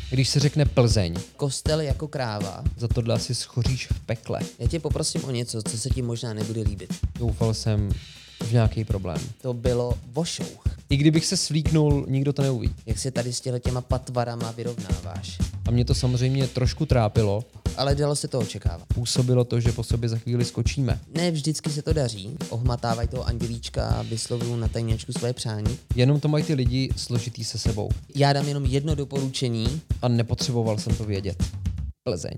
Když se řekne Plzeň, Kostel jako kráva. za tohle asi schoříš v pekle. Já tě poprosím o něco, co se ti možná nebude líbit. Doufal jsem v nějaký problém. To bylo vošou. I kdybych se svlíknul, nikdo to neuvidí. Jak se tady s těma patvarama vyrovnáváš. A mě to samozřejmě trošku trápilo. Ale dalo se to očekávat. Působilo to, že po sobě za chvíli skočíme. Ne vždycky se to daří. Ohmatávají toho andělíčka a vyslovují na tajněčku svoje přání. Jenom to mají ty lidi složitý se sebou. Já dám jenom jedno doporučení. A nepotřeboval jsem to vědět. Plzeň.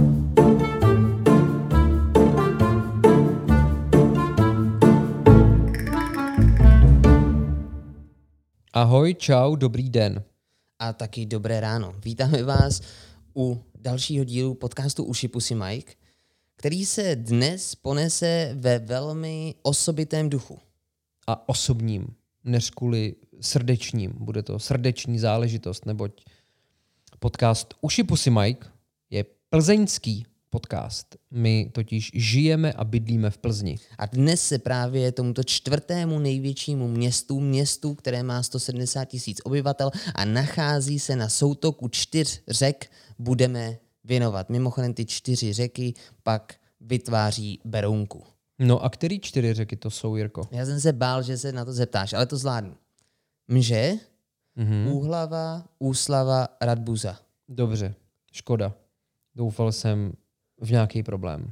Ahoj, čau, dobrý den. A taky dobré ráno. Vítáme vás u dalšího dílu podcastu Uši Pusy Mike, který se dnes ponese ve velmi osobitém duchu. A osobním, než kvůli srdečním. Bude to srdeční záležitost, neboť podcast Uši Pusy Mike je plzeňský podcast. My totiž žijeme a bydlíme v Plzni. A dnes se právě tomuto čtvrtému největšímu městu, které má 170 000 obyvatel a nachází se na soutoku 4 řek, budeme věnovat. Mimochodem ty 4 řeky pak vytváří Berounku. No a který 4 řeky to jsou, Jirko? Já jsem se bál, že se na to zeptáš, ale to zvládnu. Mže, Úhlava, Úslava, Radbuza. Dobře, škoda. Doufal jsem v nějaký problém.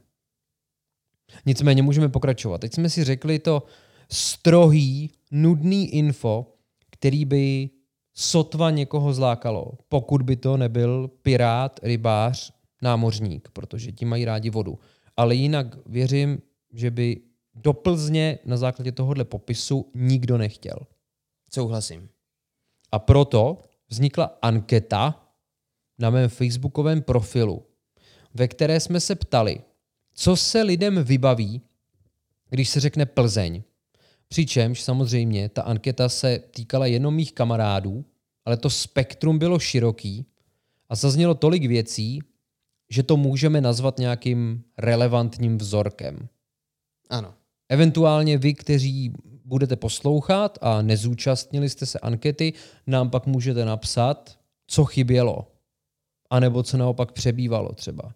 Nicméně můžeme pokračovat. Teď jsme si řekli to strohý, nudný info, který by sotva někoho zlákalo, pokud by to nebyl pirát, rybář, námořník, protože ti mají rádi vodu. Ale jinak věřím, že by do Plzně na základě tohohle popisu nikdo nechtěl. Souhlasím. A proto vznikla anketa na mém facebookovém profilu, ve které jsme se ptali, co se lidem vybaví, když se řekne Plzeň. Přičemž samozřejmě ta anketa se týkala jenom mých kamarádů, ale to spektrum bylo široký a zaznělo tolik věcí, že to můžeme nazvat nějakým relevantním vzorkem. Ano. Eventuálně vy, kteří budete poslouchat a nezúčastnili jste se ankety, nám pak můžete napsat, co chybělo, anebo co naopak přebývalo třeba.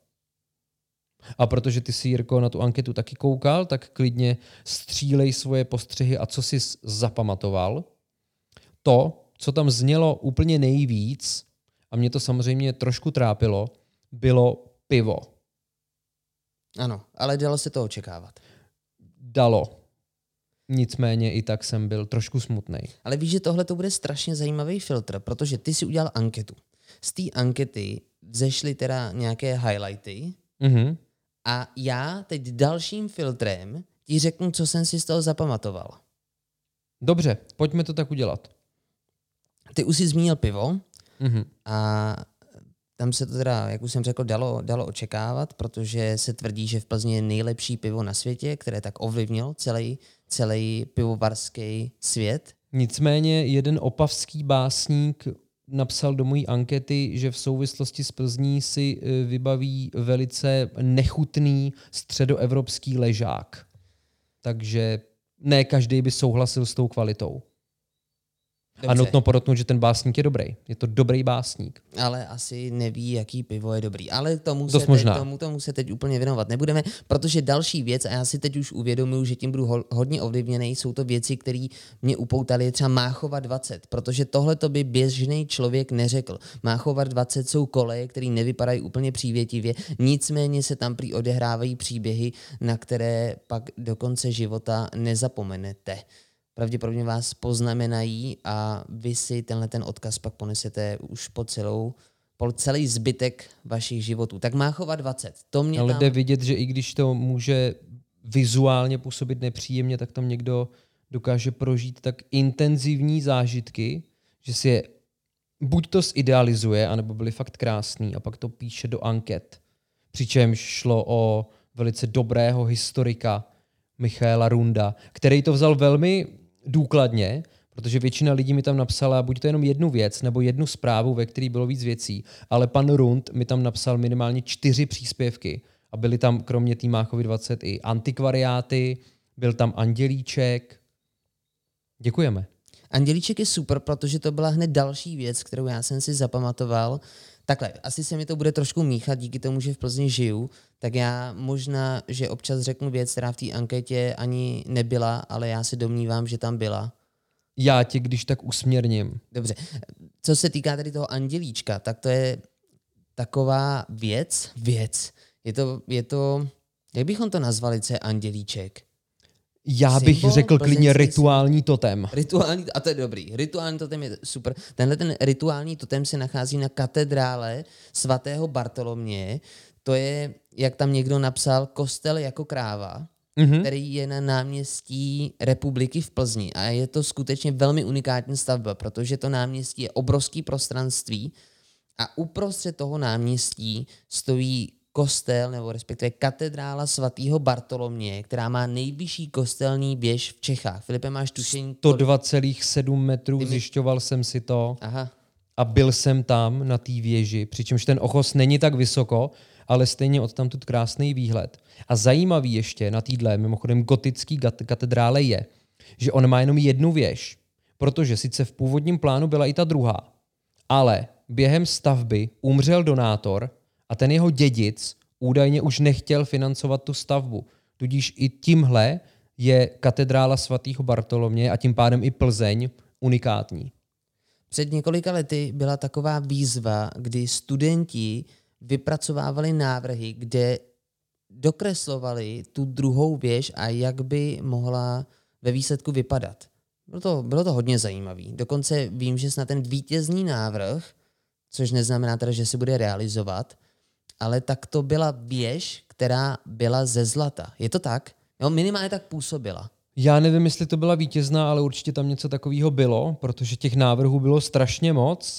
A protože ty si, Jirko, na tu anketu taky koukal, tak klidně střílej svoje postřehy a co jsi zapamatoval. To, co tam znělo úplně nejvíc, a mě to samozřejmě trošku trápilo, bylo pivo. Ano, ale dalo se to očekávat. Dalo. Nicméně i tak jsem byl trošku smutnej. Ale víš, že tohle to bude strašně zajímavý filtr, protože ty si udělal anketu. Z té ankety vzešly teda nějaké highlighty a já teď dalším filtrem ti řeknu, co jsem si z toho zapamatoval. Dobře, pojďme to tak udělat. Ty už jsi zmínil pivo a tam se to teda, jak už jsem řekl, dalo očekávat, protože se tvrdí, že v Plzni je nejlepší pivo na světě, které tak ovlivnil celý pivovarský svět. Nicméně jeden opavský básník napsal do mojí ankety, že v souvislosti s Plzní si vybaví velice nechutný středoevropský ležák. Takže ne každý by souhlasil s tou kvalitou. Dobře. A nutno podotknout, že ten básník je dobrý. Je to dobrý básník. Ale asi neví, jaký pivo je dobrý. Ale tomu se teď úplně věnovat nebudeme, protože další věc, a já si teď už uvědomuji, že tím budu hodně ovlivněný, jsou to věci, které mě upoutaly, je třeba Máchova 20, protože tohle to by běžný člověk neřekl. Máchova 20 jsou koleje, které nevypadají úplně přívětivě, nicméně se tam prý odehrávají příběhy, na které pak do konce života nezapomenete. Pravděpodobně vás poznamenají a vy si ten odkaz pak ponesete už po celý zbytek vašich životů. Tak Máchova 20. To mě ale tam... jde vidět, že i když to může vizuálně působit nepříjemně, tak tam někdo dokáže prožít tak intenzivní zážitky, že si je buď to zidealizuje, anebo byly fakt krásný a pak to píše do anket. Přičemž šlo o velice dobrého historika Michaela Runda, který to vzal velmi důkladně, protože většina lidí mi tam napsala buď to jenom jednu věc, nebo jednu zprávu, ve které bylo víc věcí, ale pan Rund mi tam napsal minimálně 4 příspěvky a byly tam kromě té Máchovy 20 i antikvariáty, byl tam Andělíček. Děkujeme. Andělíček je super, protože to byla hned další věc, kterou já jsem si zapamatoval, Takhle, asi se mi to bude trošku míchat díky tomu, že v Plzni žiju, tak já možná, že občas řeknu věc, která v té anketě ani nebyla, ale já si domnívám, že tam byla. Já tě když tak usměrním. Dobře. Co se týká tady toho andělíčka, tak to je taková věc. Je to, jak bychom to nazvali, co je andělíček? Já bych řekl klidně rituální totem. A to je dobrý. Rituální totem je super. Tenhle ten rituální totem se nachází na katedrále svatého Bartoloměje. To je, jak tam někdo napsal, kostel jako kráva, který je na náměstí Republiky v Plzni. A je to skutečně velmi unikátní stavba, protože to náměstí je obrovský prostranství a uprostřed toho náměstí stojí kostel, nebo respektive katedrála svatého Bartoloměje, která má nejvyšší kostelní věž v Čechách. Filipe, máš tušení? 102,7 metrů, zjišťoval jsem si to. Aha. A byl jsem tam na té věži, přičemž ten ochos není tak vysoko, ale stejně odtamtud krásný výhled. A zajímavý ještě na téhle, mimochodem gotický katedrále je, že on má jenom jednu věž, protože sice v původním plánu byla i ta druhá, ale během stavby umřel donátor a ten jeho dědic údajně už nechtěl financovat tu stavbu. Tudíž i tímhle je katedrála svatého Bartoloměje a tím pádem i Plzeň unikátní. Před několika lety byla taková výzva, kdy studenti vypracovávali návrhy, kde dokreslovali tu druhou věž a jak by mohla ve výsledku vypadat. Bylo to hodně zajímavý. Dokonce vím, že snad ten vítězný návrh, což neznamená teda, že se bude realizovat, ale tak to byla věž, která byla ze zlata. Je to tak? Jo, minimálně tak působila. Já nevím, jestli to byla vítězná, ale určitě tam něco takového bylo, protože těch návrhů bylo strašně moc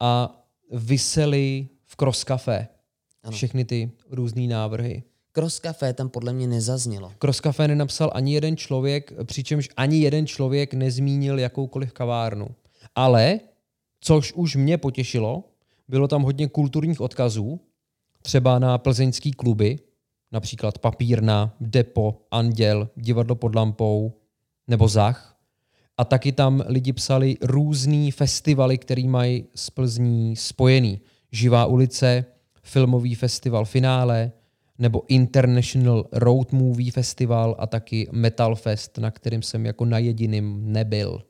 a visely v Cross Café všechny ty různý návrhy. Cross Café tam podle mě nezaznělo. Cross Café nenapsal ani jeden člověk, přičemž ani jeden člověk nezmínil jakoukoliv kavárnu. Ale, což už mě potěšilo, bylo tam hodně kulturních odkazů, třeba na plzeňský kluby, například Papírna, Depo, Anděl, Divadlo pod lampou nebo Zach. A taky tam lidi psali různý festivaly, který mají s Plzní spojený. Živá ulice, filmový festival Finále, nebo International Road Movie Festival a taky Metal Fest, na kterým jsem jako na jediným nebyl.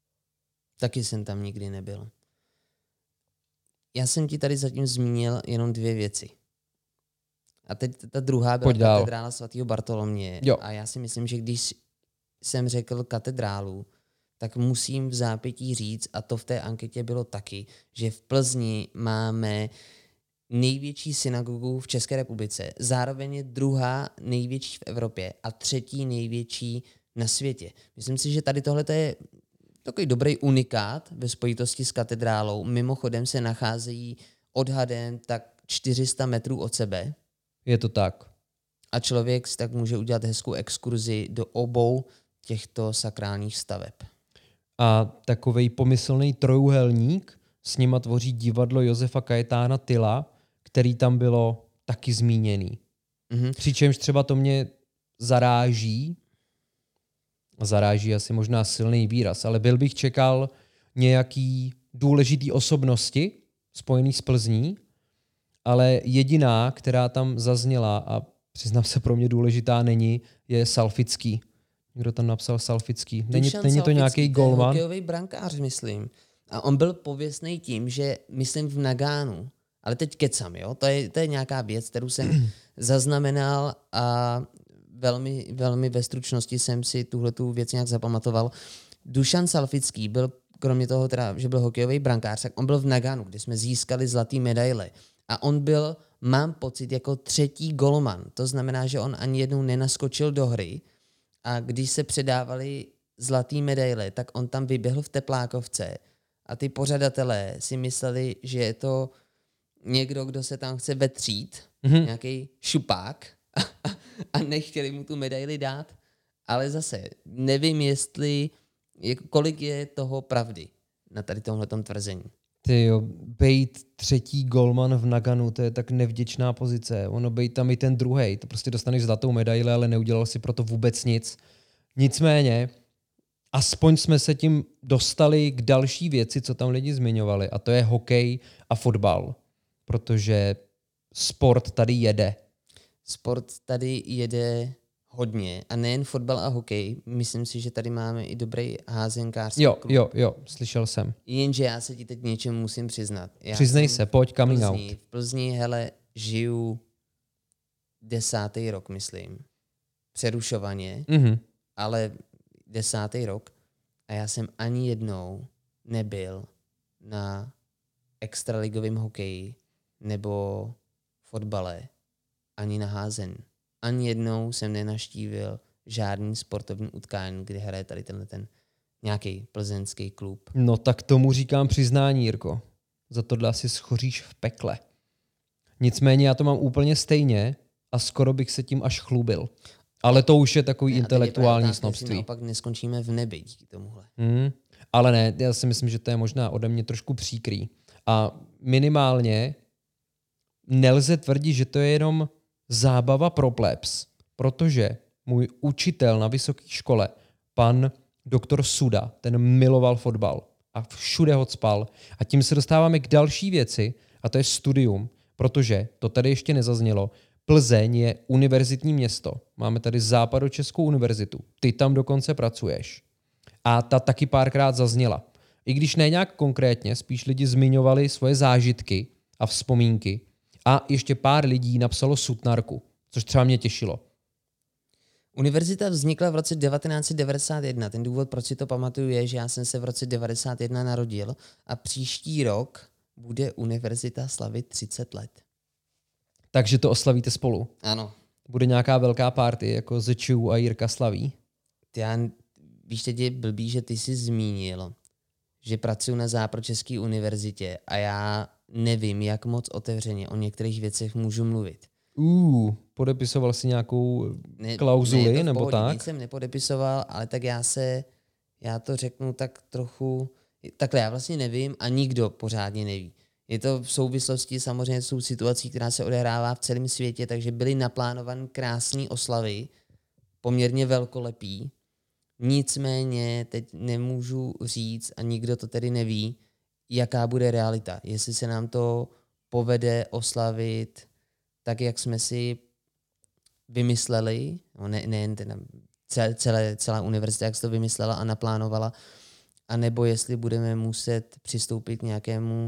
Taky jsem tam nikdy nebyl. Já jsem ti tady zatím zmínil jenom 2 věci. A teď ta druhá byla katedrála svatého Bartoloměje. Jo. A já si myslím, že když jsem řekl katedrálu, tak musím v zápětí říct, a to v té anketě bylo taky, že v Plzni máme největší synagogu v České republice. Zároveň je druhá největší v Evropě a 3. největší na světě. Myslím si, že tady tohle je takový dobrý unikát ve spojitosti s katedrálou. Mimochodem se nacházejí odhadem tak 400 metrů od sebe. Je to tak. A člověk si tak může udělat hezkou exkurzi do obou těchto sakrálních staveb. A takovej pomyslný trojúhelník s nima tvoří divadlo Josefa Kajetána Tyla, který tam bylo taky zmíněný. Přičemž třeba to mě zaráží asi možná silný výraz, ale byl bych čekal nějaký důležitý osobnosti spojený s Plzní, ale jediná, která tam zazněla a přiznám se, pro mě důležitá není, je Salfický. Kdo tam napsal Salfický? Není to nějaký golman? Hokejový brankář, myslím. A on byl pověstný tím, že myslím v Nagánu, ale teď kecam, jo? To je nějaká věc, kterou jsem zaznamenal a velmi, velmi ve stručnosti jsem si tuhletu věc nějak zapamatoval. Dušan Salfický byl, kromě toho, teda, že byl hokejový brankář, tak on byl v Naganu, kde jsme získali zlatý medaile. A on byl, mám pocit, jako 3. golman. To znamená, že on ani jednou nenaskočil do hry a když se předávali zlatý medaile, tak on tam vyběhl v teplákovce a ty pořadatelé si mysleli, že je to někdo, kdo se tam chce vetřít, nějaký šupák a nechtěli mu tu medaili dát. Ale zase nevím, kolik je toho pravdy na tady tomhletom tvrzení. Tyjo, bejt 3. golman v Naganu, to je tak nevděčná pozice. Ono bejt tam i ten druhej, to prostě dostaneš zlatou medaili, ale neudělal si proto vůbec nic. Nicméně, aspoň jsme se tím dostali k další věci, co tam lidi zmiňovali, a to je hokej a fotbal. protože sport tady jede. Sport tady jede hodně a nejen fotbal a hokej. Myslím si, že tady máme i dobrý házenkářský klub. Jo, slyšel jsem. Jenže já se ti teď něčemu musím přiznat. Přiznej se, pojď, coming out. V Plzni, hele, žiju 10. rok, myslím. Přerušovaně, ale 10. rok a já jsem ani jednou nebyl na extraligovém hokeji nebo fotbale, ani na házen. Ani jednou jsem nenaštívil žádný sportovní utkání, kde hraje tady ten nějaký plzeňský klub. No tak tomu říkám přiznání, Jirko. Za tohle asi schoříš v pekle. Nicméně já to mám úplně stejně a skoro bych se tím až chlubil. Ale to už je takový intelektuální snobství. Naopak neskončíme v nebi díky tomuhle. Ale ne, já si myslím, že to je možná ode mě trošku příkrý. A minimálně nelze tvrdit, že to je jenom zábava pro plebs, protože můj učitel na vysoké škole, pan doktor Suda, ten miloval fotbal a všude ho cpal. A tím se dostáváme k další věci, a to je studium, protože to tady ještě nezaznělo. Plzeň je univerzitní město. Máme tady Západočeskou univerzitu. Ty tam dokonce pracuješ. A ta taky párkrát zazněla. I když ne nějak konkrétně, spíš lidi zmiňovali svoje zážitky a vzpomínky. A ještě pár lidí napsalo sutnarku, což třeba mě těšilo. Univerzita vznikla v roce 1991. Ten důvod, proč si to pamatuju, je, že já jsem se v roce 1991 narodil a příští rok bude univerzita slavit 30 let. Takže to oslavíte spolu? Ano. Bude nějaká velká party, jako Zeču a Jirka slaví? Víš, teď je blbý, že ty jsi zmínil, že pracuji na Západočeské univerzitě a já nevím, jak moc otevřeně o některých věcech můžu mluvit. Podepisoval jsi nějakou klauzuli nebo pohodě, tak? Nic jsem nepodepisoval, ale tak já to řeknu tak trochu, takhle já vlastně nevím a nikdo pořádně neví. Je to v souvislosti samozřejmě s situací, která se odehrává v celém světě, takže byly naplánované krásné oslavy, poměrně velkolepý. Nicméně teď nemůžu říct a nikdo to tedy neví, jaká bude realita. Jestli se nám to povede oslavit tak, jak jsme si vymysleli, no nejen celá univerzita, jak se to vymyslela a naplánovala, anebo jestli budeme muset přistoupit k nějakému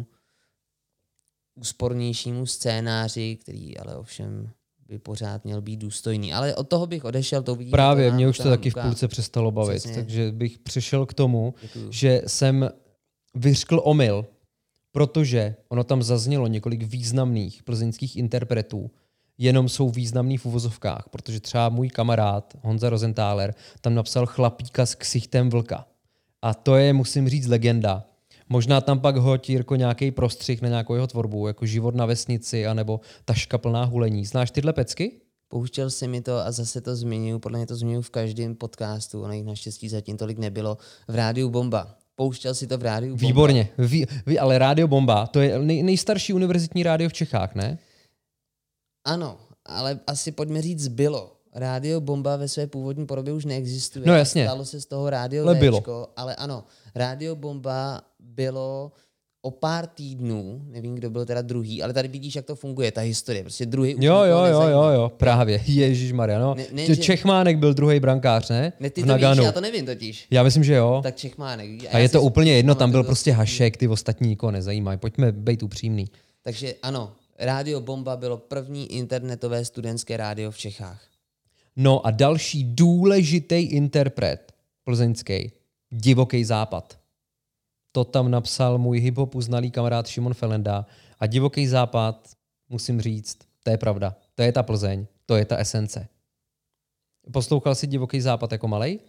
úspornějšímu scénáři, který ale ovšem by pořád měl být důstojný. Ale od toho bych odešel, to uvidíme. Právě, mě už to taky v půlce přestalo bavit, přesně. Takže bych přešel k tomu, že jsem vyřkl omyl, protože ono tam zaznělo několik významných plzeňských interpretů, jenom jsou významný v uvozovkách, protože třeba můj kamarád Honza Rosenthaler tam napsal Chlapíka s ksichtem vlka. A to je, musím říct, legenda. Možná tam pak hoď, Jirko, nějaký prostřih na nějakou jeho tvorbu, jako Život na vesnici, anebo Taška plná hulení. Znáš tyhle pecky? Pouštěl si mi to a zase to zmiňuji, podle mě to zmiňuji v každém podcastu, ono jich naštěstí zatím tolik nebylo, v Rádiu Bomba. Pouštěl si to v Rádiu Bomba? Výborně, ale Rádio Bomba, to je nejstarší univerzitní rádio v Čechách, ne? Ano, ale asi pojďme říct bylo. Rádio Bomba ve své původní podobě už neexistuje. No jasně. Stalo se z toho Rádio Véčko, ale ano, Rádio Bomba bylo o pár týdnů, nevím, kdo byl teda druhý, ale tady vidíš, jak to funguje, ta historie. Prostě druhý už Jo, právě. Ježišmarja, no. Čechmánek byl druhý brankář, ne? Ne, ty to víš, já to nevím totiž. Já myslím, že jo. Tak Čechmánek. A je to úplně jedno, tam byl prostě Hašek, ty ostatní nikoho nezajímají. Pojďme být upřímný. Takže ano, Rádio Bomba bylo první internetové studentské rádio v Čechách. No a další důležitý interpret plzeňský, Divoký západ. To tam napsal můj hip-hopu znalý kamarád Šimon Felenda. A Divoký západ, musím říct, to je pravda. To je ta Plzeň, to je ta esence. Poslouchal jsi Divoký západ jako malej?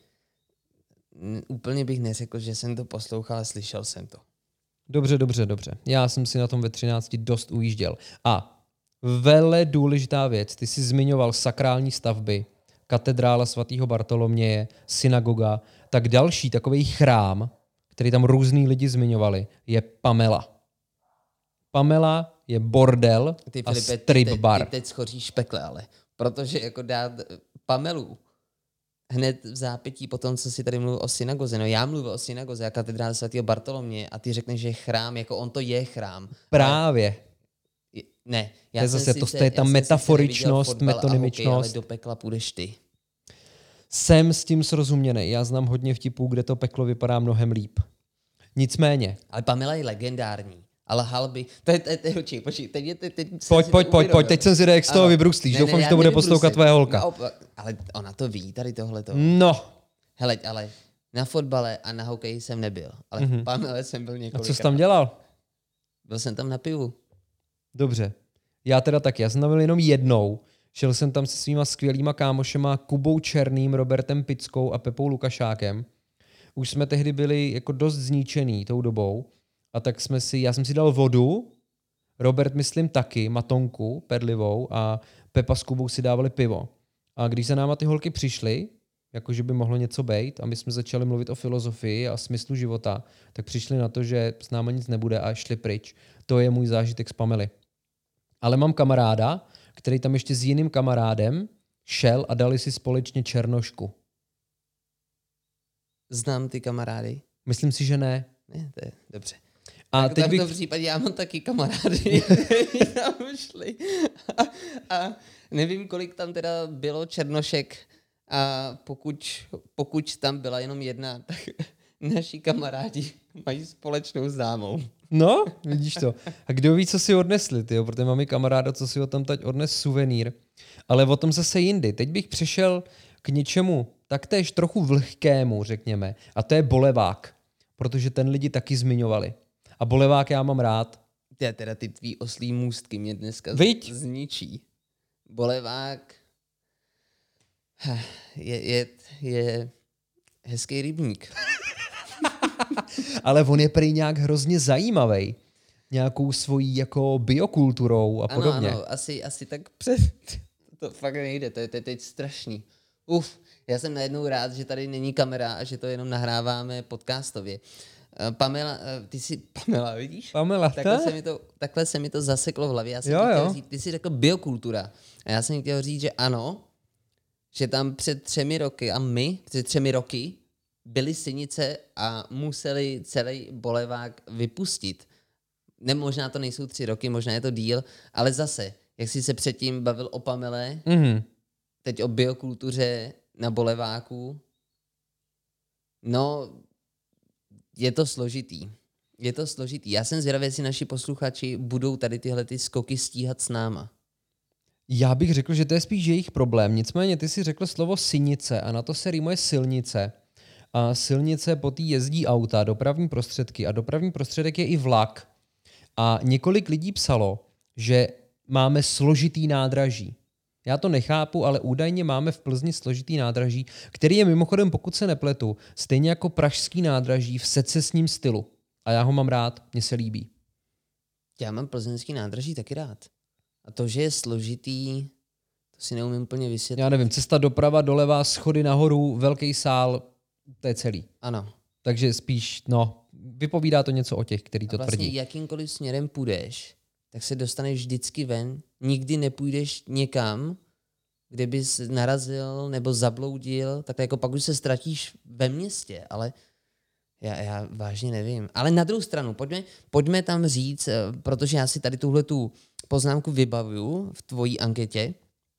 Úplně bych neřekl, že jsem to poslouchal, ale slyšel jsem to. Dobře. Já jsem si na tom ve 13 dost ujížděl. A vele důležitá věc, ty jsi zmiňoval sakrální stavby, katedrála svatého Bartoloměje, synagoga, tak další takový chrám, který tam různý lidi zmiňovali, je Pamela. Pamela je bordel a strip bar. Ty teď schoříš pekle, ale protože jako dát Pamelu hned v zápětí po tom, co si tady mluvil o synagoze. No já mluvil o synagoze a katedrále svatého Bartoloměje a ty řekneš, že je chrám, jako on to je chrám. Právě. Ne, to je zase to je ta metaforičnost, metonymičnost. Ale do pekla půjdeš ty. Jsem s tím srozuměný. Já znám hodně vtipů, kde to peklo vypadá mnohem líp. Nicméně. Ale Pamela je legendární. Ale halby, počkej, Pojď, teď jsem si jak z toho vybruslíš. Doufám, že to bude poslouchat tvoje holka. No, ale ona to ví, tady tohleto. No. Hele, ale na fotbale a na hokeji jsem nebyl. Ale v Pamele jsem byl několikrát. A co jsi tam dělal? Byl jsem tam na pivu. Dobře. Já teda taky. Já jsem tam byl jenom jednou. Šel jsem tam se svýma skvělýma kámošema Kubou Černým, Robertem Pickou a Pepou Lukašákem. Už jsme tehdy byli jako dost zničený tou dobou. A tak já jsem si dal vodu, Robert myslím taky, matonku perlivou a Pepa s Kubou si dávali pivo. A když za náma ty holky přišly, jakože by mohlo něco bejt a my jsme začali mluvit o filozofii a smyslu života, tak přišli na to, že s náma nic nebude a šli pryč. To je můj zážitek z Pamely. Ale mám kamaráda, který tam ještě s jiným kamarádem šel a dali si společně černošku. Znám ty kamarády? Myslím si, že ne. Ne, to je dobře. A tak v tom případě já mám taky kamarády, kteří tam šli. A nevím, kolik tam teda bylo černošek a pokud tam byla jenom jedna, tak naši kamarádi mají společnou známou. No, vidíš to. A kdo ví, co si odnesli, tyjo? Protože máme kamaráda, co si ho tam teď odnes suvenýr. Ale o tom zase jindy. Teď bych přešel k něčemu taktéž trochu vlhkému, řekněme. A to je bolevák. Protože ten lidi taky zmiňovali. A bolevák já mám rád. Teda ty tvý oslí můstky mě dneska zničí. Bolevák je hezký rybník. Ale on je prý nějak hrozně zajímavý. Nějakou svojí jako biokulturou a podobně. Ano, asi tak to fakt nejde, to je teď strašný. Já jsem najednou rád, že tady není kamera a že to jenom nahráváme podcastově. Pamela, Pamela, vidíš? Pamela, takhle se mi to zaseklo v hlavě. Já jsem chtěl říct, ty jsi řekl biokultura. A já jsem chtěl říct, že ano, že tam před 3 roky byly Synice a museli celý bolevák vypustit. Možná to nejsou 3 roky, možná je to díl, ale zase, jak jsi se předtím bavil o Pamele, teď o biokultuře na boleváku, no, je to složitý. Já jsem zvědavý, jestli naši posluchači budou tady tyhle ty skoky stíhat s náma. Já bych řekl, že to je spíš jejich problém. Nicméně ty si řekl slovo Synice a na to se rýmuje silnice. A silnice po té jezdí auta, dopravní prostředky a dopravní prostředek je i vlak. A několik lidí psalo, že máme složitý nádraží. Já to nechápu, ale údajně máme v Plzni složitý nádraží, který je mimochodem, pokud se nepletu, stejně jako pražský nádraží v secesním stylu. A já ho mám rád, mně se líbí. Já mám plzeňský nádraží taky rád. A to, že je složitý, to si neumím úplně vysvětlit. Já nevím, cesta doprava, doleva, schody nahoru, velký sál, to je celý. Ano. Takže spíš, vypovídá to něco o těch, který to vlastně tvrdí. Jakýmkoliv směrem půjdeš, tak se dostaneš vždycky ven. Nikdy nepůjdeš někam, kde bys narazil nebo zabloudil, tak jako pak už se ztratíš ve městě, ale já vážně nevím. Ale na druhou stranu, pojďme tam říct, protože já si tady tuhletu poznámku vybavuju v tvojí anketě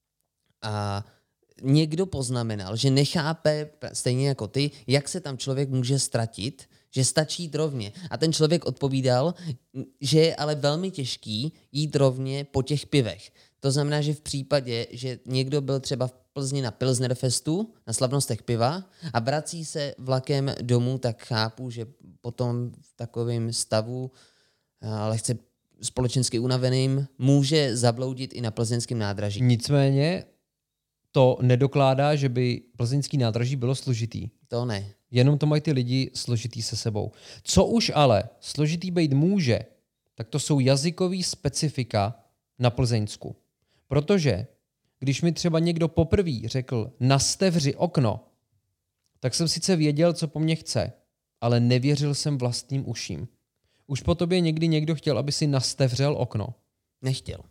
a někdo poznamenal, že nechápe, stejně jako ty, jak se tam člověk může ztratit, že stačí jít rovně. A ten člověk odpovídal, že je ale velmi těžký jít rovně po těch pivech. To znamená, že v případě, že někdo byl třeba v Plzni na Pilsnerfestu, na slavnostech piva a vrací se vlakem domů, tak chápu, že potom v takovém stavu lehce společensky unaveným může zabloudit i na plzeňském nádraží. Nicméně to nedokládá, že by plzeňský nádraží bylo složitý. To ne. Jenom to mají ty lidi složitý se sebou. Co už ale složitý být může, tak to jsou jazykový specifika na Plzeňsku. Protože když mi třeba někdo poprvé řekl nastevři okno, tak jsem sice věděl, co po mně chce, ale nevěřil jsem vlastním uším. Už po tobě někdy někdo chtěl, aby si nastevřel okno? Nechtěl.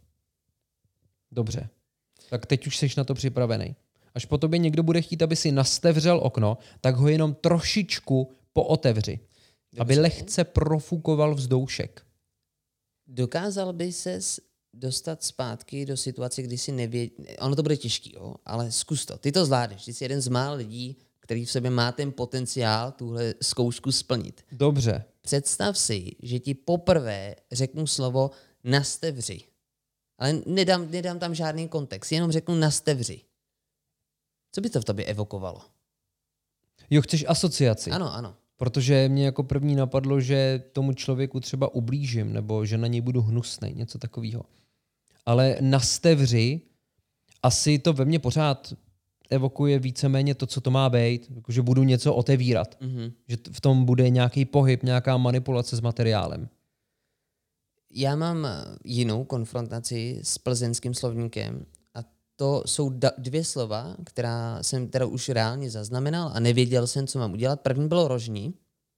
Dobře. Tak teď už jsi na to připravený. Až po tobě někdo bude chtít, aby si nastevřel okno, tak ho jenom trošičku pootevři. Dobře. Aby lehce profukoval vzdoušek. Dokázal by ses dostat zpátky do situace, kdy si ono to bude těžký, jo? Ale zkus to. Ty to zvládneš. Ty jsi jeden z mála lidí, který v sobě má ten potenciál tuhle zkoušku splnit. Dobře. Představ si, že ti poprvé řeknu slovo nastevři. Ale nedám tam žádný kontext, jenom řeknu nastevři. Co by to v tobě evokovalo? Jo, chceš asociaci. Ano. Protože mě jako první napadlo, že tomu člověku třeba ublížím, nebo že na něj budu hnusnej, něco takového. Ale nastevři, asi to ve mně pořád evokuje víceméně to, co to má být, jako že budu něco otevírat. Mm-hmm. Že v tom bude nějaký pohyb, nějaká manipulace s materiálem. Já mám jinou konfrontaci s plzeňským slovníkem a to jsou dvě slova, která jsem teda už reálně zaznamenal a nevěděl jsem, co mám udělat. První bylo rožní,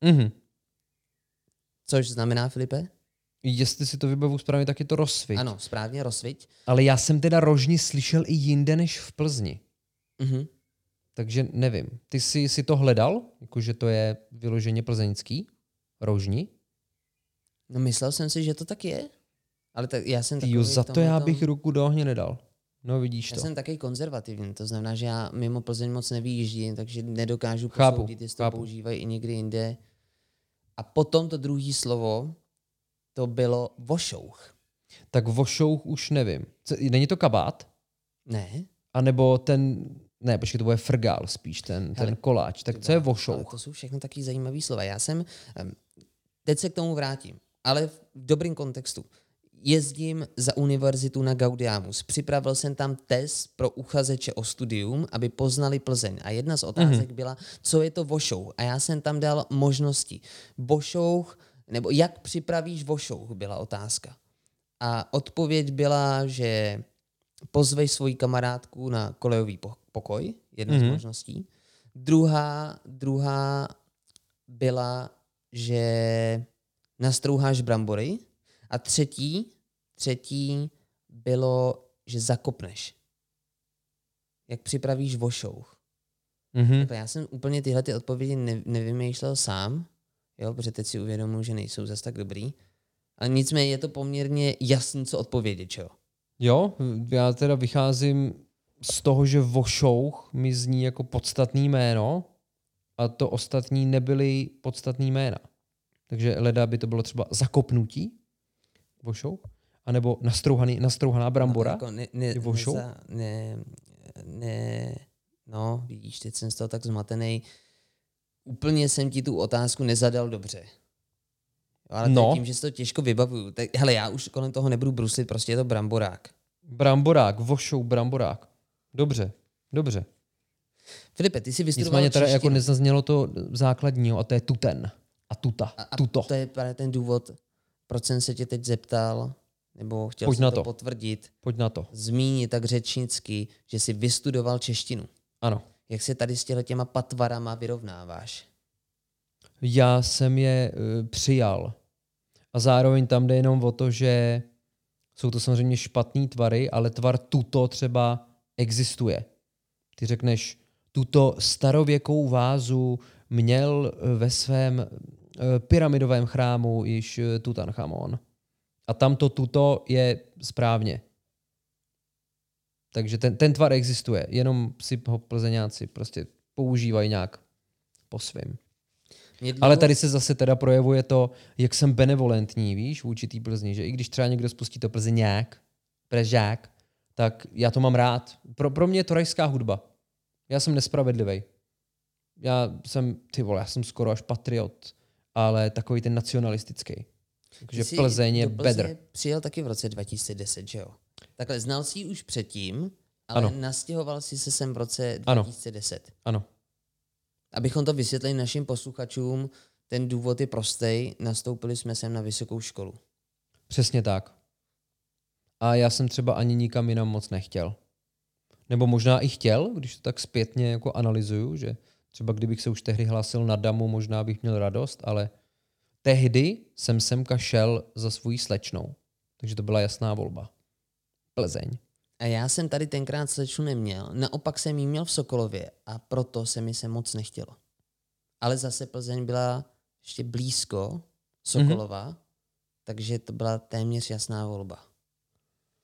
což znamená, Filipe? Jestli si to vybavu správně, tak je to rozsviť. Ano, správně, rozsviť. Ale já jsem teda rožní slyšel i jinde než v Plzni. Mhm. Takže nevím. Ty jsi si to hledal? Jakože to je vyloženě plzeňský? Rožní? No myslel jsem si, že to tak je. Ale tak já jsem takový... za to já bych ruku do ohně nedal. No vidíš já to. Já jsem taky konzervativní, to znamená, že já mimo Plzeň moc nevyjíždím, takže nedokážu posoudit, jestli to používají i někdy jinde. A potom to druhé slovo, to bylo vošouch. Tak vošouch už nevím. Není to kabát? Ne. A nebo ten... Ne, počkej, to bude frgál spíš, ten koláč. Tak co je vošouch? To jsou všechno taky zajímavé slova. Já jsem... Teď se k tomu vrátím, ale v dobrým kontextu. Jezdím za univerzitu na Gaudiamus. Připravil jsem tam test pro uchazeče o studium, aby poznali Plzeň. A jedna z otázek byla, co je to vošouch. A já jsem tam dal možnosti. Vošouch, nebo jak připravíš vošouch, byla otázka. A odpověď byla, že pozvej svoji kamarádku na kolejový pokoj, jedna z možností. Druhá byla, že nastrouháš brambory. A třetí bylo, že zakopneš. Jak připravíš vošouch. Takhle já jsem úplně tyhle ty odpovědi nevymýšlel sám, jo, protože teď si uvědomuji, že nejsou zas tak dobrý. Ale nicméně je to poměrně jasný, co odpovědět, čo? Jo, já teda vycházím z toho, že vošouch mi zní jako podstatný jméno a to ostatní nebyly podstatný jména. Takže leda by to bylo třeba zakopnutí, vošouch, anebo nastrouhaná brambora, vošouch. No, vidíš, teď jsem z toho tak zmatený. Úplně jsem ti tu otázku nezadal dobře. Ale tím, že si to těžko vybavuju. Tak, hele, já už kolem toho nebudu bruslit, prostě je to bramborák. Bramborák, vošouch, bramborák. Dobře. Filipe, ty jsi vystudoval nicméně teda jako nezaznělo to základního a to je tuten. A tuta. A tuto. To je právě ten důvod, proč jsem se tě teď zeptal, nebo chtěl jsem to potvrdit. Pojď na to. Zmínit tak řečnicky, že jsi vystudoval češtinu. Ano. Jak se tady s těma patvarama vyrovnáváš? Já jsem je přijal. A zároveň tam jde jenom o to, že jsou to samozřejmě špatný tvary, ale tvar tuto třeba existuje. Ty řekneš, tuto starověkou vázu měl ve svém pyramidovém chrámu již Tutanchamon. A tamto tuto je správně. Takže ten tvar existuje, jenom si ho plzeňáci prostě používají nějak po svým. Ale tady se zase teda projevuje to, jak jsem benevolentní, víš, vůči té Plzni, že i když třeba někdo spustí to plzeňák, prežák, tak já to mám rád. Pro mě je to rajská hudba. Já jsem nespravedlivý. Já jsem skoro až patriot, ale takový ten nacionalistický. Takže Plzeň je bedr. Přijel taky v roce 2010, že jo? Takhle znal jsi ji už předtím, ale nastěhoval jsi se sem v roce 2010. Ano. Abychom to vysvětlili našim posluchačům, ten důvod je prostý. Nastoupili jsme sem na vysokou školu. Přesně tak. A já jsem třeba ani nikam jinam moc nechtěl. Nebo možná i chtěl, když to tak zpětně jako analyzuju, že třeba kdybych se už tehdy hlásil na damu, možná bych měl radost, ale tehdy jsem semka šel za svojí slečnou. Takže to byla jasná volba. Plzeň. A já jsem tady tenkrát slečnu neměl. Naopak jsem ji měl v Sokolově a proto se mi se moc nechtělo. Ale zase Plzeň byla ještě blízko Sokolova, takže to byla téměř jasná volba.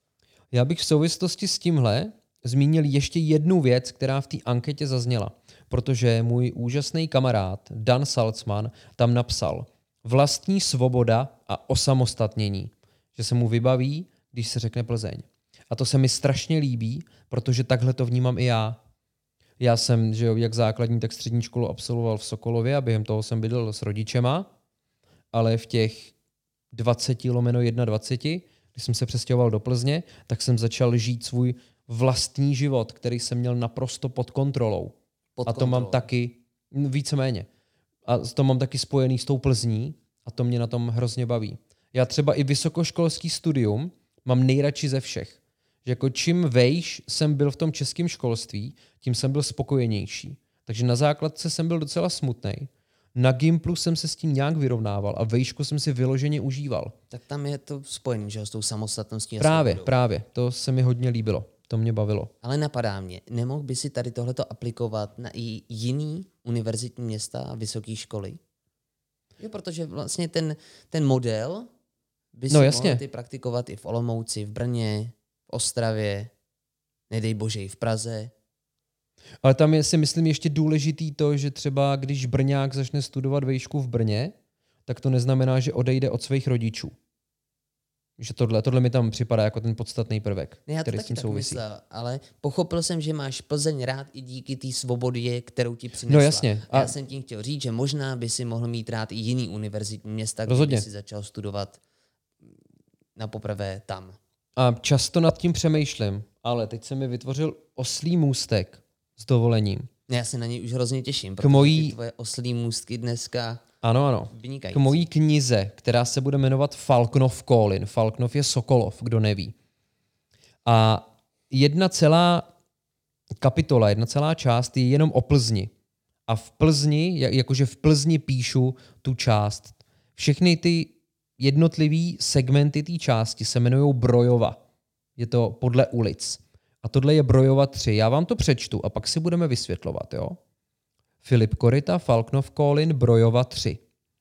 Já bych v souvislosti s tímhle zmínil ještě jednu věc, která v té anketě zazněla. Protože můj úžasný kamarád Dan Salzman tam napsal vlastní svoboda a osamostatnění. Že se mu vybaví, když se řekne Plzeň. A to se mi strašně líbí, protože takhle to vnímám i já. Já jsem, že jo, jak základní, tak střední školu absolvoval v Sokolově a během toho jsem bydlel s rodičema, ale v těch 20/21, když jsem se přestěhoval do Plzně, tak jsem začal žít svůj vlastní život, který jsem měl naprosto pod kontrolou. A to mám taky, víceméně. A to mám taky spojený s tou Plzní a to mě na tom hrozně baví. Já třeba i vysokoškolský studium mám nejradši ze všech. Že jako čím vejš jsem byl v tom českém školství, tím jsem byl spokojenější. Takže na základce jsem byl docela smutnej. Na Gimplu jsem se s tím nějak vyrovnával a vejšku jsem si vyloženě užíval. Tak tam je to spojený, že s tou samostatností a Právě. To se mi hodně líbilo. To mě bavilo. Ale napadá mě, nemohl by si tady tohleto aplikovat na i jiný univerzitní města a vysoké školy? Jo, protože vlastně ten model by si mohl ty praktikovat i v Olomouci, v Brně, v Ostravě, nedej bože i v Praze. Ale tam je si myslím ještě důležitý to, že třeba když Brňák začne studovat vejšku v Brně, tak to neznamená, že odejde od svých rodičů. Že tohle mi tam připadá jako ten podstatný prvek, který s tím souvisí. Myslel, ale pochopil jsem, že máš Plzeň rád i díky té svobodě, kterou ti přinesla. No jasně. A já jsem tím chtěl říct, že možná by si mohl mít rád i jiný univerzitní města, kde by si začal studovat na poprvé tam. A často nad tím přemýšlím, ale teď se mi vytvořil oslí můstek s dovolením. Já se na něj už hrozně těším, protože ty tvoje oslí můstky dneska ano. vynikající. K mojí knize, která se bude jmenovat Falknov Kolin. Falknov je Sokolov, kdo neví. A jedna celá kapitola, jedna celá část je jenom o Plzni. A v Plzni, jakože v Plzni píšu tu část. Všechny ty jednotlivý segmenty té části se jmenují Brojova. Je to podle ulic. A tohle je Brojova 3. Já vám to přečtu a pak si budeme vysvětlovat, jo? Filip Koryta, Falknov Kolin, Brojova 3.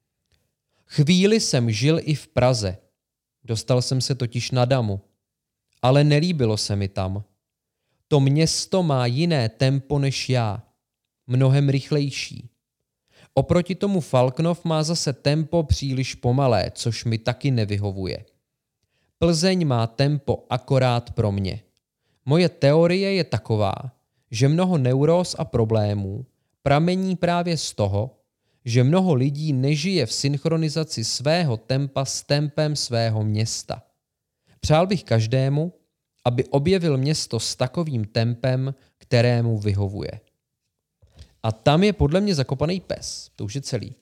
Chvíli jsem žil i v Praze. Dostal jsem se totiž na Damu. Ale nelíbilo se mi tam. To město má jiné tempo než já. Mnohem rychlejší. Oproti tomu Falknov má zase tempo příliš pomalé, což mi taky nevyhovuje. Plzeň má tempo akorát pro mě. Moje teorie je taková, že mnoho neuróz a problémů pramení právě z toho, že mnoho lidí nežije v synchronizaci svého tempa s tempem svého města. Přál bych každému, aby objevil město s takovým tempem, kterému vyhovuje. A tam je podle mě zakopaný pes, to už je celý.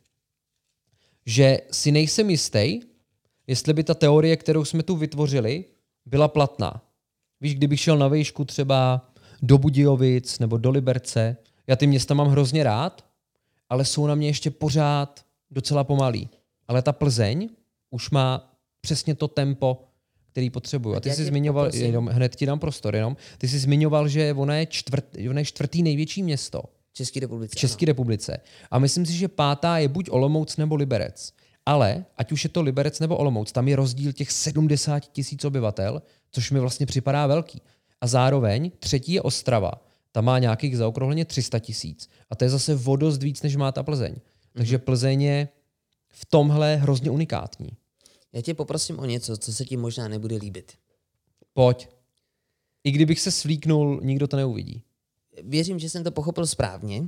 Že si nejsem jistý, jestli by ta teorie, kterou jsme tu vytvořili, byla platná. Víš, kdybych šel na vejšku třeba do Budějovic nebo do Liberce, já ty města mám hrozně rád, ale jsou na mě ještě pořád docela pomalý. Ale ta Plzeň už má přesně to tempo, který potřebuju. A ty jsi zmiňoval, hned ti dám prostor, ty jsi zmiňoval, že ona je čtvrtý největší město v České republice. A myslím si, že pátá je buď Olomouc nebo Liberec. Ale ať už je to Liberec nebo Olomouc, tam je rozdíl těch 70 000 obyvatel, což mi vlastně připadá velký. A zároveň třetí je Ostrava. Tam má nějakých zaokrouhleně 300 000. A to je zase o dost víc, než má ta Plzeň. Takže Plzeň je v tomhle hrozně unikátní. Já tě poprosím o něco, co se ti možná nebude líbit. Pojď. I kdybych se svlíknul, nikdo to neuvidí. Věřím, že jsem to pochopil správně,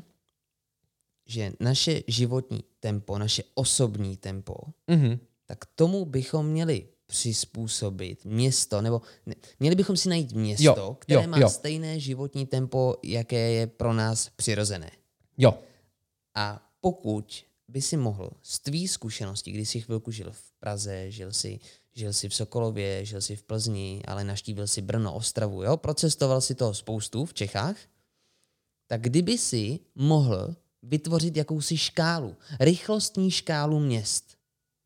že naše životní tempo, naše osobní tempo, tak tomu bychom měli přizpůsobit město, nebo měli bychom si najít město, které má stejné životní tempo, jaké je pro nás přirozené. Jo. A pokud by si mohl z tvý zkušenosti, kdy jsi chvilku žil v Praze, žil si v Sokolově, žil si v Plzni, ale navštívil si Brno, Ostravu, jo? Procestoval si toho spoustu v Čechách, tak kdyby si mohl vytvořit jakousi škálu, rychlostní škálu měst.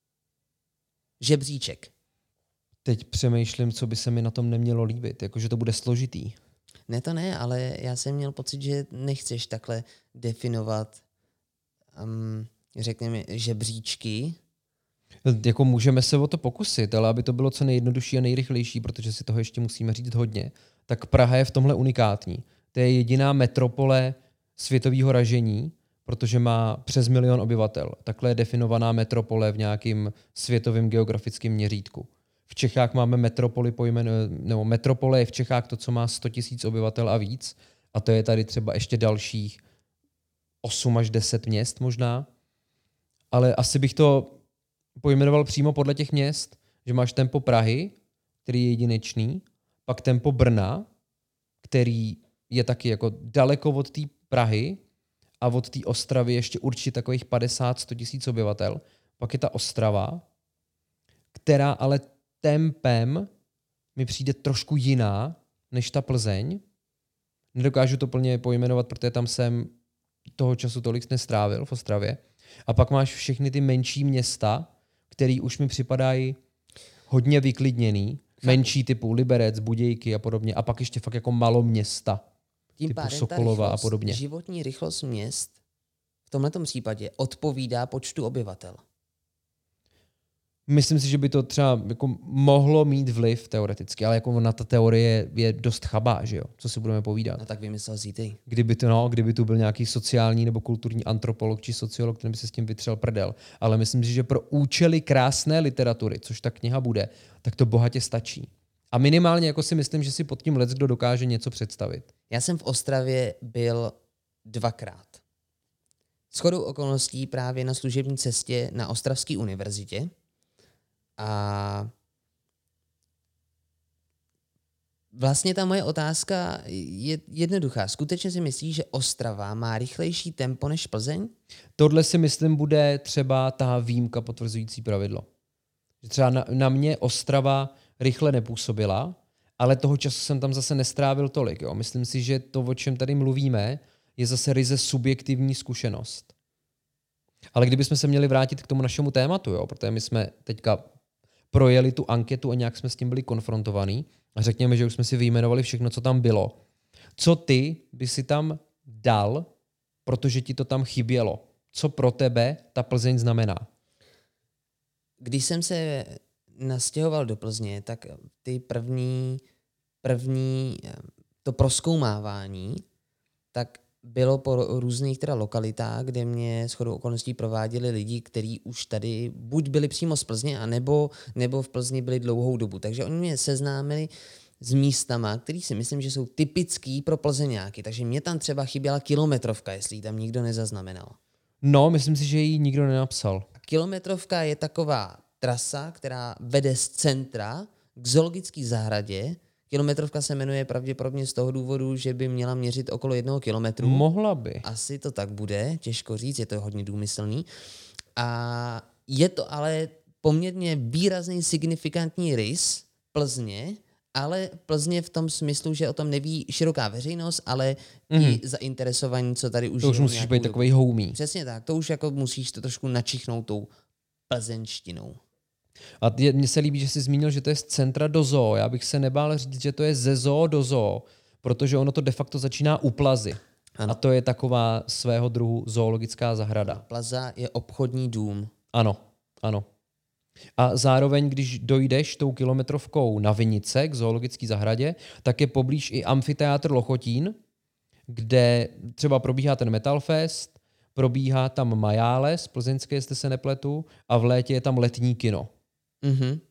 Žebříček. Teď přemýšlím, co by se mi na tom nemělo líbit, jakože to bude složitý. Ne, to ne, ale já jsem měl pocit, že nechceš takhle definovat, řekněme, žebříčky, Jako můžeme se o to pokusit, ale aby to bylo co nejjednodušší a nejrychlejší, protože si toho ještě musíme říct hodně, tak Praha je v tomhle unikátní. To je jediná metropole světového ražení, protože má přes 1 milion obyvatel. Takhle je definovaná metropole v nějakém světovém geografickém měřítku. V Čechách máme metropole je v Čechách to, co má 100 000 obyvatel a víc. A to je tady třeba ještě dalších 8 až 10 měst možná. Ale asi bych to pojmenoval přímo podle těch měst, že máš tempo Prahy, který je jedinečný, pak tempo Brna, který je taky jako daleko od té Prahy a od té Ostravy ještě určitě takových 50-100 000 obyvatel. Pak je ta Ostrava, která ale tempem mi přijde trošku jiná než ta Plzeň. Nedokážu to plně pojmenovat, protože tam jsem toho času tolik nestrávil v Ostravě. A pak máš všechny ty menší města, který už mi připadají hodně vyklidněný. Menší typu Liberec, Budějky a podobně. A pak ještě fakt jako maloměsta. Tím typu pádem Sokolova a podobně. Životní rychlost měst v tomhletom případě odpovídá počtu obyvatel. Myslím si, že by to třeba jako mohlo mít vliv teoreticky, ale jako na ta teorie je dost chabá, že jo? Co si budeme povídat? No tak vymyslel jsi ty. Kdyby tu byl nějaký sociální nebo kulturní antropolog či sociolog, který by se s tím vytřel prdel. Ale myslím si, že pro účely krásné literatury, což ta kniha bude, tak to bohatě stačí. A minimálně jako si myslím, že si pod tím leckdo dokáže něco představit. Já jsem v Ostravě byl 2krát. Shodou okolností právě na služební cestě na Ostravské univerzitě. A vlastně ta moje otázka je jednoduchá. Skutečně si myslíš, že Ostrava má rychlejší tempo než Plzeň? Tohle si myslím bude třeba ta výjimka potvrzující pravidlo. Že třeba na mě Ostrava rychle nepůsobila, ale toho času jsem tam zase nestrávil tolik. Jo. Myslím si, že to, o čem tady mluvíme, je zase ryze subjektivní zkušenost. Ale kdybychom se měli vrátit k tomu našemu tématu, jo, protože my jsme teďka projeli tu anketu a nějak jsme s tím byli konfrontovaní a řekněme, že už jsme si vyjmenovali všechno, co tam bylo. Co ty by si tam dal, protože ti to tam chybělo? Co pro tebe ta Plzeň znamená? Když jsem se nastěhoval do Plzně, tak ty první to prozkoumávání, tak bylo po různých teda lokalitách, kde mě shodou okolností prováděli lidi, kteří už tady buď byli přímo z Plzně, nebo v Plzni byli dlouhou dobu. Takže oni mě seznámili s místama, který si myslím, že jsou typický pro Plzeňáky. Takže mě tam třeba chyběla kilometrovka, jestli ji tam nikdo nezaznamenal. No, myslím si, že ji nikdo nenapsal. A kilometrovka je taková trasa, která vede z centra k zoologické zahradě. Kilometrovka se jmenuje pravděpodobně z toho důvodu, že by měla měřit okolo 1 kilometru. Mohla by. Asi to tak bude, těžko říct, je to hodně důmyslný. A je to ale poměrně výrazný signifikantní rys Plzně, ale Plzně v tom smyslu, že o tom neví široká veřejnost, ale i zainteresovaní, co tady už... To už musíš být takovej houmí. Přesně tak, to už jako musíš to trošku načichnout tou plzeňštinou. A mně se líbí, že jsi zmínil, že to je z centra do zoo. Já bych se nebál říct, že to je ze zoo do zoo, protože ono to de facto začíná u Plazy. Ano. A to je taková svého druhu zoologická zahrada. Plaza je obchodní dům. Ano, ano. A zároveň, když dojdeš tou kilometrovkou na Vinice k zoologické zahradě, tak je poblíž i amfiteátr Lochotín, kde třeba probíhá ten Metal Fest, probíhá tam Majáles, plzeňské, jestli se nepletu, a v létě je tam letní kino. Mhm.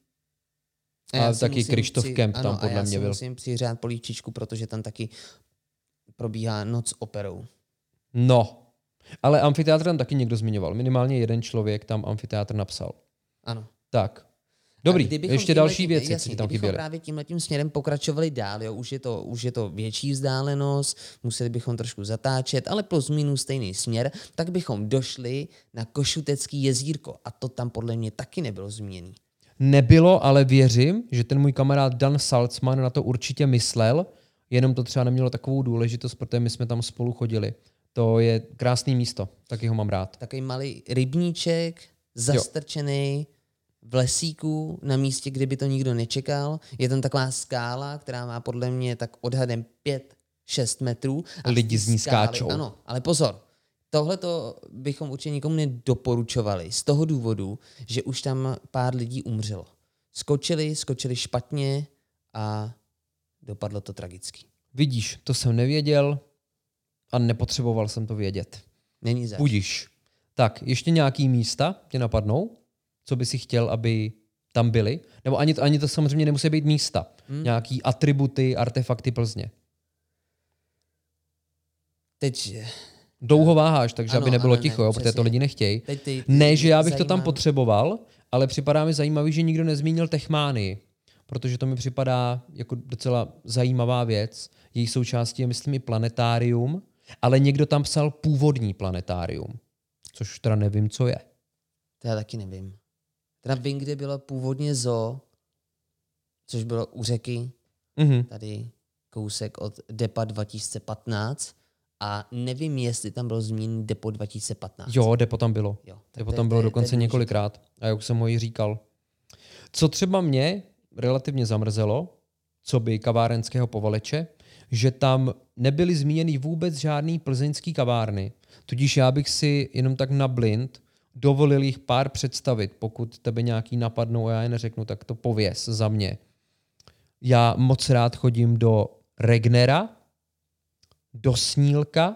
A taky Krištof Kemp tam podle mě byl. Já si musím přihrát polívčičku, protože tam taky probíhá noc operou. No, ale amfiteátr tam taky někdo zmiňoval. Minimálně jeden člověk tam amfiteátr napsal. Ano. Tak. Dobrý, ještě další věci, co tam chyběly. Kdybychom právě tímhletím směrem pokračovali dál, jo, už je to větší vzdálenost, museli bychom trošku zatáčet, ale plus minus stejný směr, tak bychom došli na Košutecký jezírko a to tam podle mě taky nebylo zmíněný. Nebylo, ale věřím, že ten můj kamarád Dan Salzman na to určitě myslel, jenom to třeba nemělo takovou důležitost, protože my jsme tam spolu chodili. To je krásné místo, taky ho mám rád. Takový malý rybníček, zastrčený v lesíku, na místě, kde by to nikdo nečekal. Je tam taková skála, která má podle mě tak odhadem 5-6 metrů. A lidi z ní skáčou. Ano, ale pozor, Tohle to bychom určitě nikomu nedoporučovali z toho důvodu, že už tam pár lidí umřelo. Skočili špatně a dopadlo to tragicky. Vidíš, to jsem nevěděl a nepotřeboval jsem to vědět. Není zač. Budíš. Tak, ještě nějaký místa tě napadnou? Co by si chtěl, aby tam byly? Nebo ani to samozřejmě nemusí být místa. Nějaký atributy, artefakty Plzně. Teď... Dlouho váháš, takže ano, aby nebylo ano, ticho, protože to lidi nechtějí. Teď Ne, že já bych to tam potřeboval, ale připadá mi zajímavý, že nikdo nezmínil Techmánii, protože to mi připadá jako docela zajímavá věc. Její součástí je, myslím, i planetárium, ale někdo tam psal původní planetárium, což teda nevím, co je. To já taky nevím. Teda vím, kde bylo původně zoo, což bylo u řeky, tady kousek od Depa 2015 a nevím, jestli tam bylo zmíněno Depo 2015. Jo, Depo tam bylo. Jo, Depo tam bylo dokonce několikrát a jak jsem ho i říkal. Co třeba mě relativně zamrzelo, co by kavárenského povaleče, že tam nebyly zmíněny vůbec žádný plzeňský kavárny, tudíž já bych si jenom tak na blind dovolil jich pár představit. Pokud tebe nějaký napadnou a já je neřeknu, tak to pověz za mě. Já moc rád chodím do Regnera, do Snílka,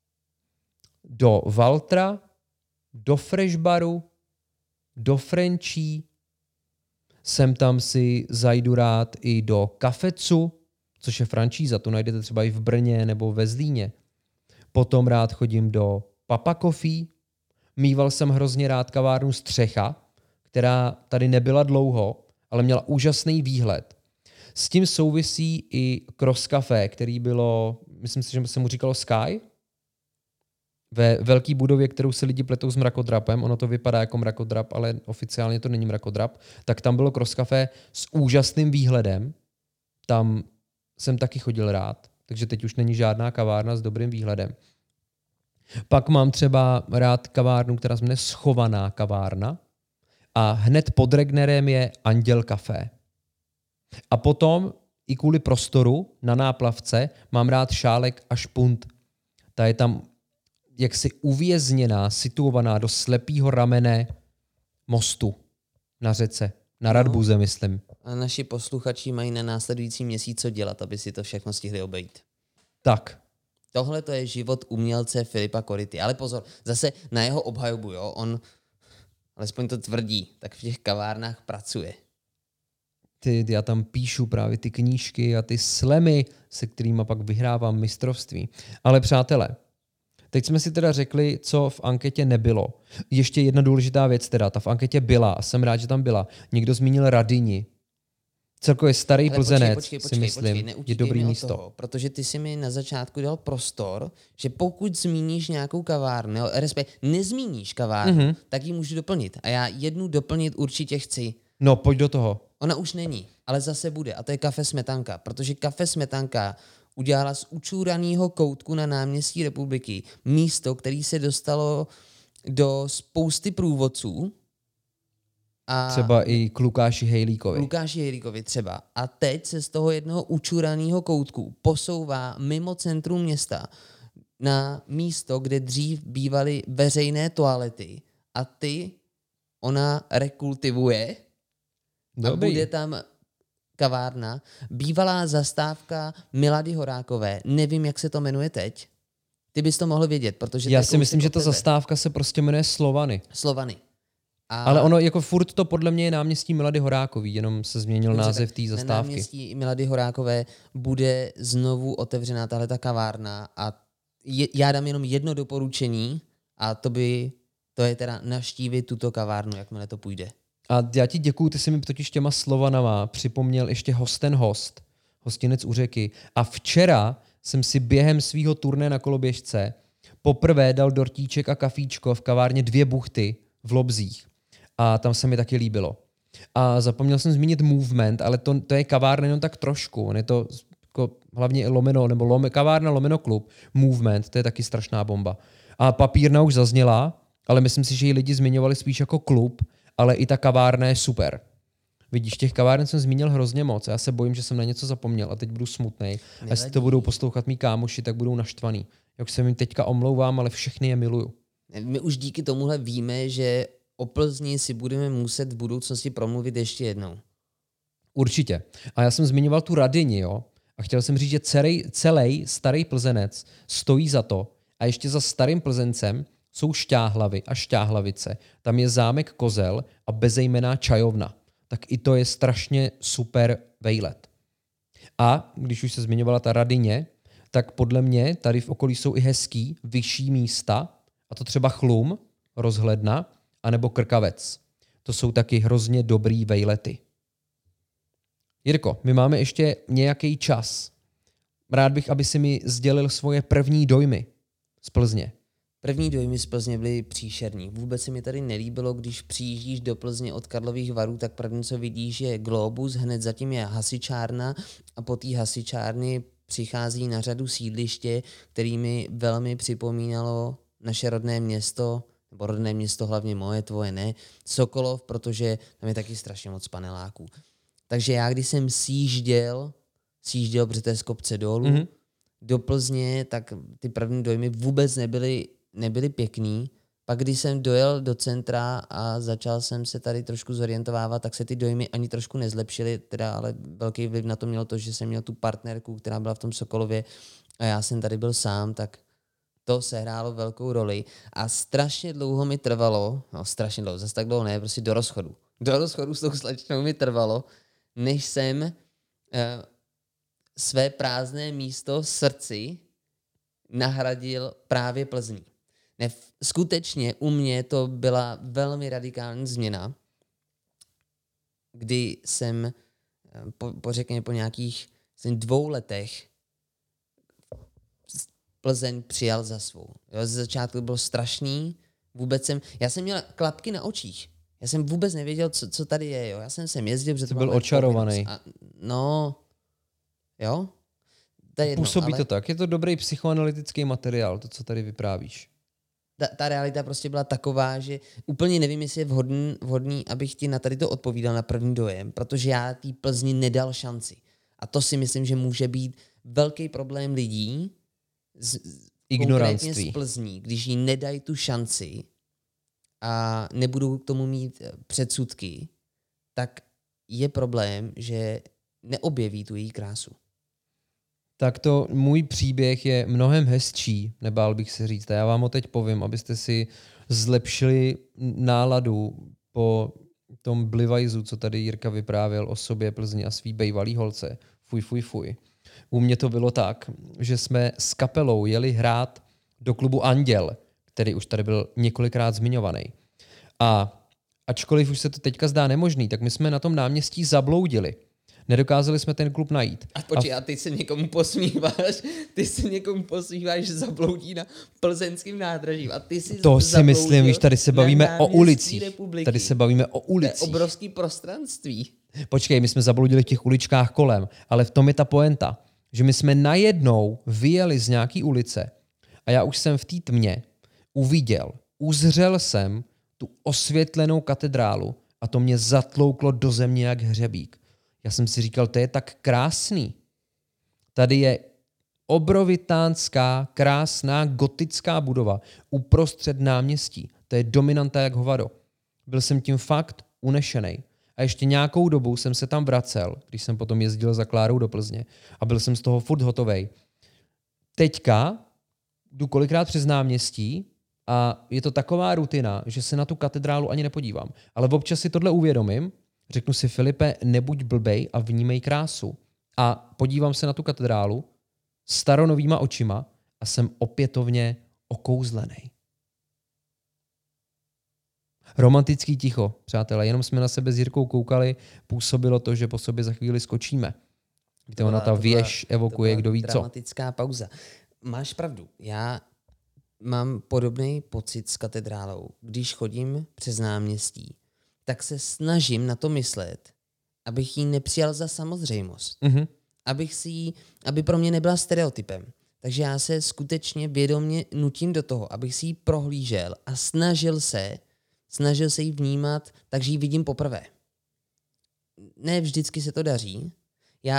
do Valtra, do Freshbaru, do Frenčí. Sem tam si zajdu rád i do Kafecu, což je franšíza, to najdete třeba i v Brně nebo ve Zlíně. Potom rád chodím do Papa Coffee. Mýval jsem hrozně rád kavárnu Střecha, která tady nebyla dlouho, ale měla úžasný výhled. S tím souvisí i Cross Café, který bylo, myslím si, že se mu říkalo Sky, ve velké budově, kterou se lidi pletou s mrakodrapem. Ono to vypadá jako mrakodrap, ale oficiálně to není mrakodrap. Tak tam bylo Cross Café s úžasným výhledem. Tam jsem taky chodil rád, takže teď už není žádná kavárna s dobrým výhledem. Pak mám třeba rád kavárnu, která se jmenuje Schovaná kavárna a hned pod Regnerem je Anděl Café. A potom i kvůli prostoru na náplavce mám rád Šálek a Špunt. Ta je tam jaksi uvězněná, situovaná do slepýho ramene mostu na řece. Na Radbuze, myslím. A naši posluchači mají na následující měsíc co dělat, aby si to všechno stihli obejít. Tak. Tohle to je život umělce Filipa Koryty. Ale pozor, zase na jeho obhajobu, jo, on, alespoň to tvrdí, tak v těch kavárnách pracuje. Já tam píšu právě ty knížky a ty slemy, se kterými pak vyhrávám mistrovství. Ale přátelé, teď jsme si teda řekli, co v anketě nebylo. Ještě jedna důležitá věc teda, ta v anketě byla a jsem rád, že tam byla. Někdo zmínil Radyni. Celkově starý Plzenec, si myslím, je dobrý místo. Toho, protože ty si mi na začátku dal prostor, že pokud zmíníš nějakou kavárnu, respektive nezmíníš kavárnu, tak ji můžu doplnit. A já jednu doplnit určitě chci. No, pojď do toho. Ona už není, ale zase bude. A to je Kafe Smetanka. Protože Kafe Smetanka udělala z učúraného koutku na náměstí Republiky místo, který se dostalo do spousty průvodců. A třeba i k Lukáši Hejlíkovi třeba. A teď se z toho jednoho učuraného koutku posouvá mimo centrum města na místo, kde dřív bývaly veřejné toalety. A ona rekultivuje. Dobrý. A bude tam kavárna. Bývalá zastávka Milady Horákové. Nevím, jak se to jmenuje teď. Ty bys to mohl vědět, protože... Já si myslím, že ta zastávka se prostě jmenuje Slovany. Ale ono jako furt to podle mě je náměstí Milady Horákový, jenom se změnil název té zastávky. Na náměstí Milady Horákové bude znovu otevřená tahleta kavárna a já dám jenom jedno doporučení a to je teda navštívit tuto kavárnu, jakmile to půjde. A já ti děkuju, ty jsi mi totiž těma Slovanama připomněl ještě hostinec u řeky. A včera jsem si během svýho turné na koloběžce poprvé dal dortíček a kafíčko v kavárně Dvě buchty v Lobzích. A tam se mi taky líbilo. A zapomněl jsem zmínit Movement, ale to je kavárna jenom tak trošku. On je to jako hlavně kavárna lomeno klub. Movement, to je taky strašná bomba. A Papírna už zazněla, ale myslím si, že ji lidi zmiňovali spíš jako klub, ale i ta kavárna je super. Vidíš, těch kaváren jsem zmínil hrozně moc. Já se bojím, že jsem na něco zapomněl a teď budu smutnej. A jestli to budou poslouchat mý kámoši, tak budou naštvaný. Jak se mi teďka omlouvám, ale všechny je miluju. My už díky tomuhle víme, že o Plzni si budeme muset v budoucnosti promluvit ještě jednou. Určitě. A já jsem zmiňoval tu Radyni, jo? A chtěl jsem říct, že celý starý Plzenec stojí za to. A ještě za starým Plzeňcem jsou Šťáhlavy a Šťáhlavice. Tam je zámek Kozel a bezejmenná čajovna. Tak i to je strašně super vejlet. A když už se zmiňovala ta Radyně, tak podle mě tady v okolí jsou i hezký vyšší místa, a to třeba Chlum, Rozhledna, anebo Krkavec. To jsou taky hrozně dobrý vejlety. Jirko, my máme ještě nějaký čas. Rád bych, aby si mi sdělil svoje první dojmy z Plzně. První dojmy z Plzně byly příšerný. Vůbec se mi tady nelíbilo, když přijíždíš do Plzně od Karlových Varů, tak první, co vidíš, je Globus, hned zatím je hasičárna a po té hasičárny přichází na řadu sídliště, který mi velmi připomínalo naše rodné město, nebo rodné město hlavně moje, tvoje ne, Sokolov, protože tam je taky strašně moc paneláků. Takže já, když jsem sjížděl, protože to je z kopce dolů, do Plzně, tak ty první dojmy vůbec nebyly pěkný. Pak když jsem dojel do centra a začal jsem se tady trošku zorientovávat, tak se ty dojmy ani trošku nezlepšily, teda ale velký vliv na to mělo to, že jsem měl tu partnerku, která byla v tom Sokolově a já jsem tady byl sám, tak to sehrálo velkou roli a strašně dlouho mi trvalo, strašně dlouho, zase tak dlouho ne, prostě do rozchodu. Do rozchodu s tou slečnou mi trvalo, než jsem své prázdné místo v srdci nahradil právě Plzní. Skutečně u mě to byla velmi radikální změna, kdy jsem po nějakých 2 letech Plzeň přijal za svou. Jo, ze začátku to bylo strašný, já jsem měl klapky na očích. Já jsem vůbec nevěděl, co tady je. Jo. Já jsem sem jezdil, protože to byl očarovaný. Jo. Působí to tak. Je to dobrý psychoanalytický materiál, to, co tady vyprávíš. Ta realita prostě byla taková, že úplně nevím, jestli je vhodný, abych ti na tady to odpovídal na první dojem, protože já té Plzni nedal šanci. A to si myslím, že může být velký problém lidí, konkrétně z Plzní, když jí nedají tu šanci a nebudou k tomu mít předsudky, tak je problém, že neobjeví tu její krásu. Tak to můj příběh je mnohem hezčí, nebál bych se říct. A já vám ho teď povím, abyste si zlepšili náladu po tom blivajzu, co tady Jirka vyprávěl o sobě Plzni a svý bejvalý holce. Fuj. U mě to bylo tak, že jsme s kapelou jeli hrát do klubu Anděl, který už tady byl několikrát zmiňovaný. A ačkoliv už se to teďka zdá nemožný, tak my jsme na tom náměstí zabloudili. Nedokázali jsme ten klub najít. A ty se někomu posmíváš, že zabloudí na plzeňském nádraží. A ty si to si myslím, když tady se bavíme o ulicích. Tady se bavíme o ulicích. To je obrovský prostranství. Počkej, my jsme zabloudili v těch uličkách kolem, ale v tom je ta poenta, že my jsme najednou vyjeli z nějaký ulice a já už jsem v té tmě uzřel jsem tu osvětlenou katedrálu a to mě zatlouklo do země jak hřebík. Já jsem si říkal, to je tak krásný. Tady je obrovitánská, krásná, gotická budova uprostřed náměstí. To je dominanta jak hovado. Byl jsem tím fakt unešenej. A ještě nějakou dobu jsem se tam vracel, když jsem potom jezdil za Klárou do Plzně a byl jsem z toho furt hotovej. Teďka jdu kolikrát přes náměstí a je to taková rutina, že se na tu katedrálu ani nepodívám. Ale občas si tohle uvědomím, řeknu si, Filipe, nebuď blbej a vnímej krásu. A podívám se na tu katedrálu staronovýma očima a jsem opětovně okouzlenej. Romantický ticho, přátelé, jenom jsme na sebe s Jirkou koukali, působilo to, že po sobě za chvíli skočíme. Kde ona ta věž evokuje, kdo ví co. Dramatická pauza. Máš pravdu, já mám podobný pocit s katedrálou. Když chodím přes náměstí, tak se snažím na to myslet, abych ji nepřijal za samozřejmost. Mm-hmm. Aby pro mě nebyla stereotypem. Takže já se skutečně vědomě nutím do toho, abych si ji prohlížel a snažil se ji vnímat, takže ji vidím poprvé. Ne vždycky se to daří. Já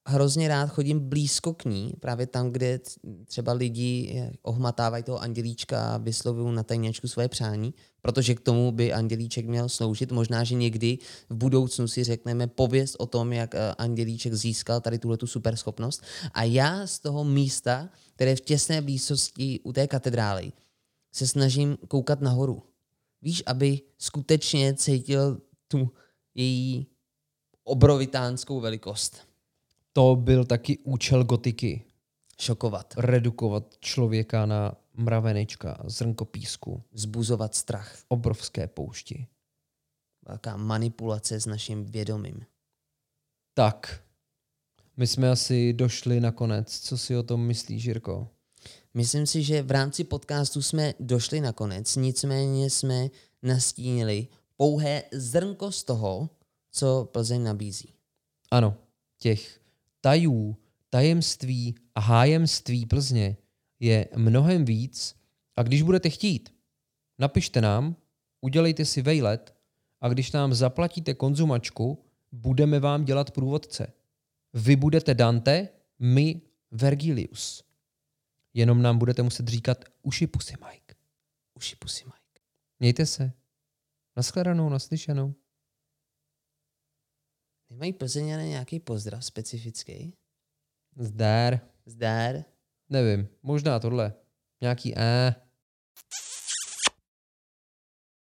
hrozně rád chodím blízko k ní, právě tam, kde třeba lidi ohmatávají toho andělíčka a vyslovují na tajněčku svoje přání, protože k tomu by andělíček měl sloužit. Možná, že někdy v budoucnu si řekneme pověst o tom, jak andělíček získal tady tuhletu superschopnost. A já z toho místa, které je v těsné blízkosti u té katedrály, se snažím koukat nahoru. Víš, aby skutečně cítil tu její obrovitánskou velikost. To byl taky účel gotiky. Šokovat. Redukovat člověka na mravenečka, zrnko písku. Vzbuzovat strach. V obrovské poušti. Velká manipulace s naším vědomím. Tak, my jsme asi došli na konec. Co si o tom myslíš, Jirko? Myslím si, že v rámci podcastu jsme došli na konec, nicméně jsme nastínili pouhé zrnko z toho, co Plzeň nabízí. Ano, těch tajů, tajemství a hájemství Plzně je mnohem víc a když budete chtít, napište nám, udělejte si vejlet a když nám zaplatíte konzumačku, budeme vám dělat průvodce. Vy budete Dante, my Vergilius. Jenom nám budete muset říkat uši pusy Mike. Uši pusy Mike. Mějte se. Nashledanou, naslyšenou. Nemají Plzeňané nějaký pozdrav specifický? Zdar. Zdar? Nevím, možná tohle. Nějaký